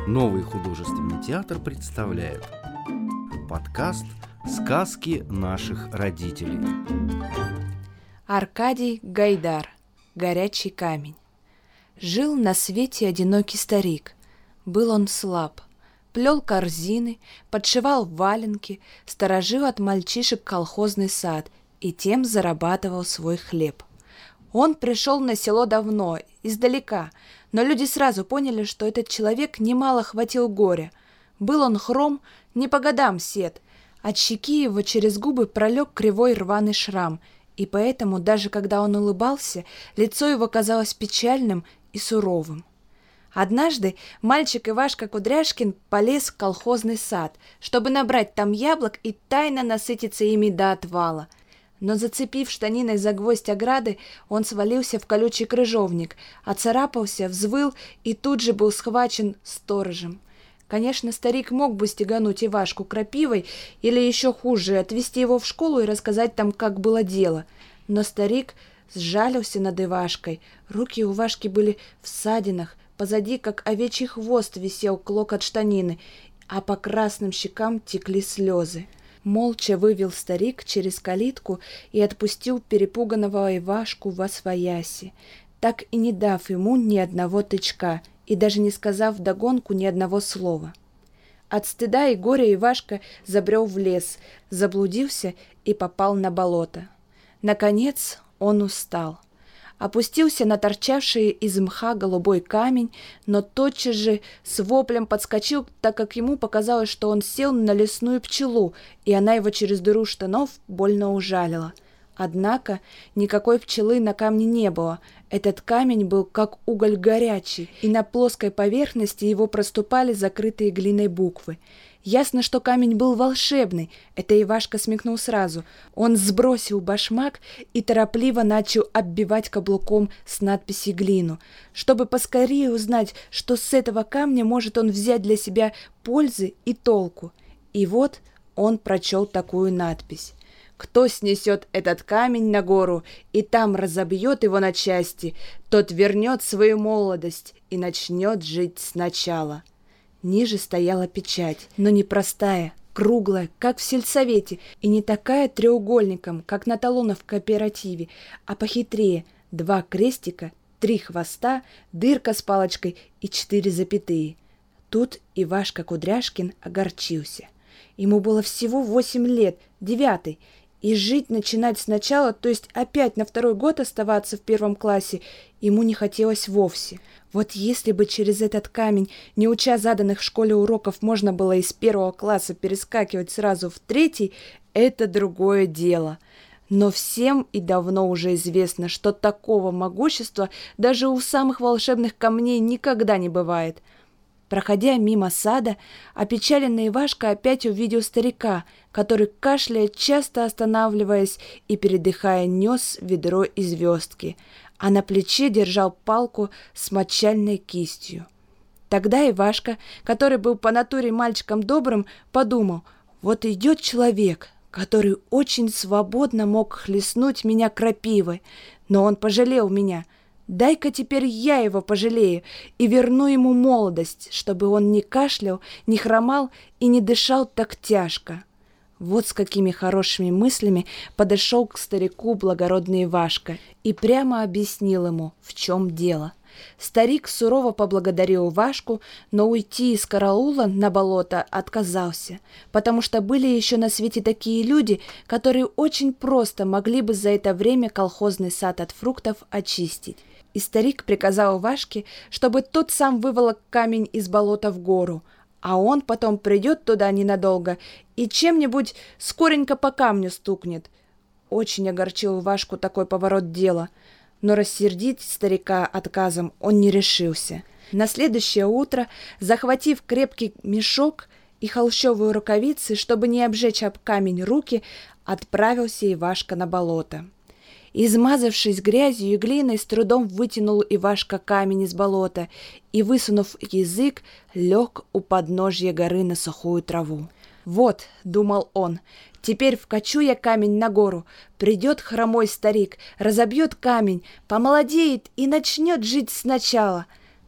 Новый художественный театр представляет подкаст «Сказки наших родителей». Аркадий Гайдар. Горячий камень. Жил на свете одинокий старик. Был он слаб. Плел корзины, подшивал валенки, сторожил от мальчишек колхозный сад и тем зарабатывал свой хлеб. Он пришел на село давно, издалека, но люди сразу поняли, что этот человек немало хватил горя. Был он хром, не по годам сед. От щеки его через губы пролег кривой рваный шрам, и поэтому, даже когда он улыбался, лицо его казалось печальным и суровым. Однажды мальчик Ивашка Кудряшкин полез в колхозный сад, чтобы набрать там яблок и тайно насытиться ими до отвала. Но, зацепив штаниной за гвоздь ограды, он свалился в колючий крыжовник, оцарапался, взвыл и тут же был схвачен сторожем. Конечно, старик мог бы стегануть Ивашку крапивой или еще хуже, отвезти его в школу и рассказать там, как было дело. Но старик сжалился над Ивашкой, руки у Ивашки были в ссадинах, позади, как овечий хвост, висел клок от штанины, а по красным щекам текли слезы. Молча вывел старик через калитку и отпустил перепуганного Ивашку восвояси, так и не дав ему ни одного тычка и даже не сказав вдогонку ни одного слова. От стыда и горя Ивашка забрел в лес, заблудился и попал на болото. Наконец он устал. Опустился на торчавший из мха голубой камень, но тотчас же с воплем подскочил, так как ему показалось, что он сел на лесную пчелу, и она его через дыру штанов больно ужалила. Однако никакой пчелы на камне не было. Этот камень был как уголь горячий, и на плоской поверхности его проступали закрытые глиной буквы. Ясно, что камень был волшебный, это Ивашка смекнул сразу. Он сбросил башмак и торопливо начал оббивать каблуком с надписью глину, чтобы поскорее узнать, что с этого камня может он взять для себя пользы и толку. И вот он прочел такую надпись: «Кто снесет этот камень на гору и там разобьет его на части, тот вернет свою молодость и начнет жить сначала». Ниже стояла печать, но не простая, круглая, как в сельсовете, и не такая треугольником, как на талонах в кооперативе, а похитрее: 2 крестика, 3 хвоста, дырка с палочкой и 4 запятые. Тут Ивашка Кудряшкин огорчился. Ему было всего 8 лет, 9, и жить начинать сначала, то есть опять на 2-й год оставаться в 1 классе, ему не хотелось вовсе. Вот если бы через этот камень, не уча заданных в школе уроков, можно было из 1 класса перескакивать сразу в 3, это другое дело. Но всем и давно уже известно, что такого могущества даже у самых волшебных камней никогда не бывает. Проходя мимо сада, опечаленный Ивашка опять увидел старика, который, кашляя, часто останавливаясь и передыхая, нес ведро и звездки, а на плече держал палку с мочальной кистью. Тогда Ивашка, который был по натуре мальчиком добрым, подумал: вот идет человек, который очень свободно мог хлестнуть меня крапивой, но он пожалел меня. Дай-ка теперь я его пожалею и верну ему молодость, чтобы он не кашлял, не хромал и не дышал так тяжко. Вот с какими хорошими мыслями подошел к старику благородный Ивашка и прямо объяснил ему, в чем дело. Старик сурово поблагодарил Ивашку, но уйти из караула на болото отказался, потому что были еще на свете такие люди, которые очень просто могли бы за это время колхозный сад от фруктов очистить. И старик приказал Ивашке, чтобы тот сам выволок камень из болота в гору, а он потом придет туда ненадолго и чем-нибудь скоренько по камню стукнет. Очень огорчил Ивашку такой поворот дела, но рассердить старика отказом он не решился. На следующее утро, захватив крепкий мешок и холщовые рукавицы, чтобы не обжечь об камень руки, отправился Ивашка на болото. Измазавшись грязью и глиной, с трудом вытянул Ивашка камень из болота и, высунув язык, лег у подножья горы на сухую траву. «Вот», — думал он, — «теперь вкачу я камень на гору, придет хромой старик, разобьет камень, помолодеет и начнет жить сначала.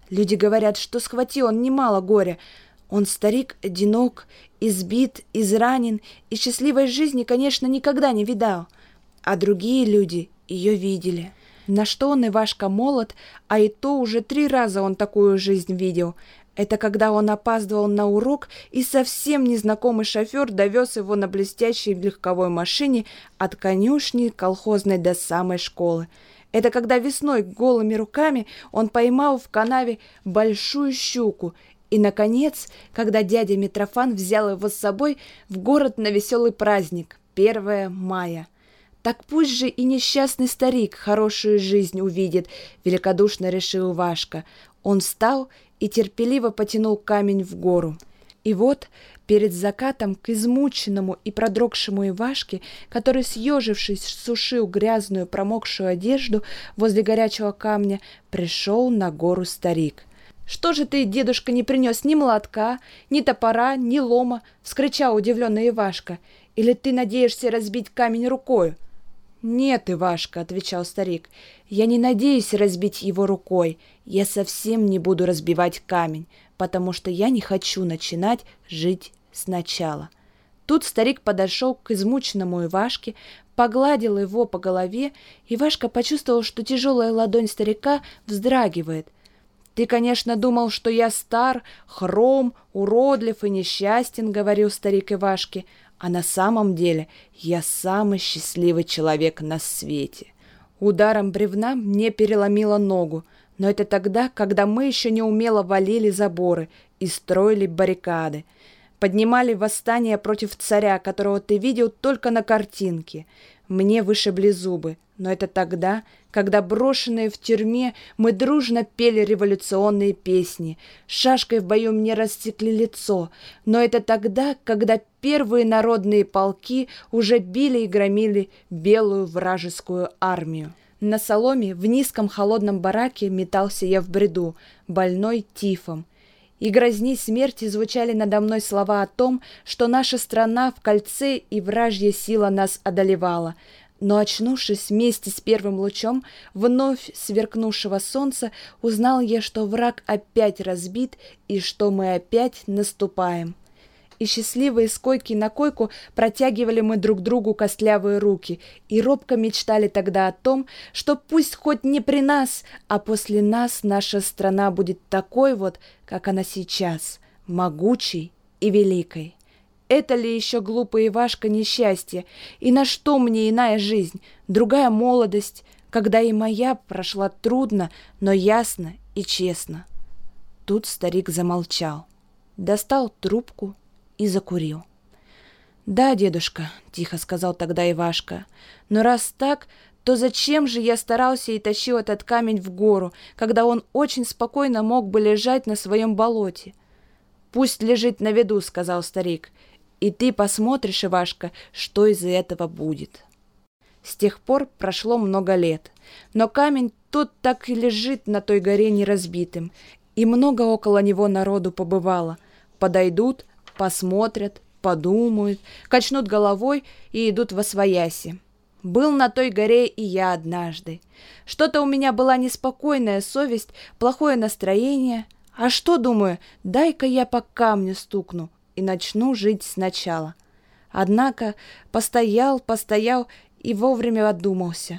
Люди говорят, что схватил он немало горя. Он старик одинок, избит, изранен, и счастливой жизни, конечно, никогда не видал. А другие люди ее видели. На что он, Ивашка, молод, а и то уже 3 раза он такую жизнь видел. Это когда он опаздывал на урок, и совсем незнакомый шофер довез его на блестящей легковой машине от конюшни колхозной до самой школы. Это когда весной голыми руками он поймал в канаве большую щуку. И, наконец, когда дядя Митрофан взял его с собой в город на веселый праздник, 1 мая. Так пусть же и несчастный старик хорошую жизнь увидит, великодушно решил Ивашка. Он встал и терпеливо потянул камень в гору. И вот перед закатом к измученному и продрогшему Ивашке, который, съежившись, сушил грязную промокшую одежду возле горячего камня, пришел на гору старик. «Что же ты, дедушка, не принес ни молотка, ни топора, ни лома?» — вскричал удивленный Ивашка. «Или ты надеешься разбить камень рукою?» «Нет, Ивашка», — отвечал старик, — «я не надеюсь разбить его рукой. Я совсем не буду разбивать камень, потому что я не хочу начинать жить сначала». Тут старик подошел к измученному Ивашке, погладил его по голове. Ивашка почувствовал, что тяжелая ладонь старика вздрагивает. «Ты, конечно, думал, что я стар, хром, уродлив и несчастен», — говорил старик Ивашке, «а на самом деле я самый счастливый человек на свете. Ударом бревна мне переломило ногу, но это тогда, когда мы еще неумело валили заборы и строили баррикады, поднимали восстание против царя, которого ты видел только на картинке. Мне вышибли зубы, но это тогда, когда, брошенные в тюрьме, мы дружно пели революционные песни. Шашкой в бою мне рассекли лицо, но это тогда, когда первые народные полки уже били и громили белую вражескую армию. На соломе в низком холодном бараке метался я в бреду, больной тифом. И грозни смерти звучали надо мной слова о том, что наша страна в кольце и вражья сила нас одолевала. Но, очнувшись вместе с первым лучом вновь сверкнувшего солнца, узнал я, что враг опять разбит и что мы опять наступаем. И счастливые с койки на койку протягивали мы друг другу костлявые руки и робко мечтали тогда о том, что пусть хоть не при нас, а после нас наша страна будет такой вот, как она сейчас, могучей и великой. Это ли еще, глупый Ивашка, несчастье? И на что мне иная жизнь, другая молодость, когда и моя прошла трудно, но ясно и честно? Тут старик замолчал, достал трубку и закурил. «Да, дедушка», — тихо сказал тогда Ивашка, — «но раз так, то зачем же я старался и тащил этот камень в гору, когда он очень спокойно мог бы лежать на своем болоте?» «Пусть лежит на виду», — сказал старик, — «и ты посмотришь, Ивашка, что из этого будет». С тех пор прошло много лет, но камень тот так и лежит на той горе неразбитым, и много около него народу побывало. Подойдут, посмотрят, подумают, качнут головой и идут восвояси. Был на той горе и я однажды. Что-то у меня была неспокойная совесть, плохое настроение. А что, думаю, дай-ка я по камню стукну и начну жить сначала. Однако постоял и вовремя одумался.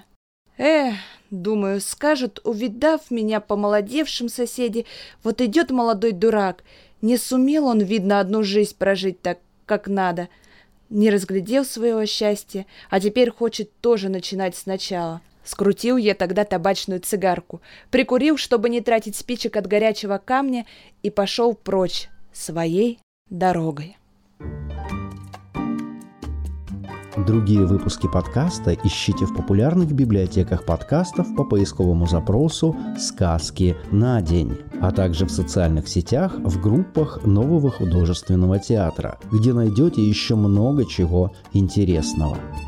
Думаю, скажут, увидав меня помолодевшим соседи, вот идет молодой дурак. Не сумел он, видно, одну жизнь прожить так, как надо. Не разглядел своего счастья, а теперь хочет тоже начинать сначала. Скрутил я тогда табачную цигарку, прикурил, чтобы не тратить спичек от горячего камня, и пошел прочь своей дорогой. Другие выпуски подкаста ищите в популярных библиотеках подкастов по поисковому запросу «Сказки на день», а также в социальных сетях в группах Нового художественного театра, где найдете еще много чего интересного.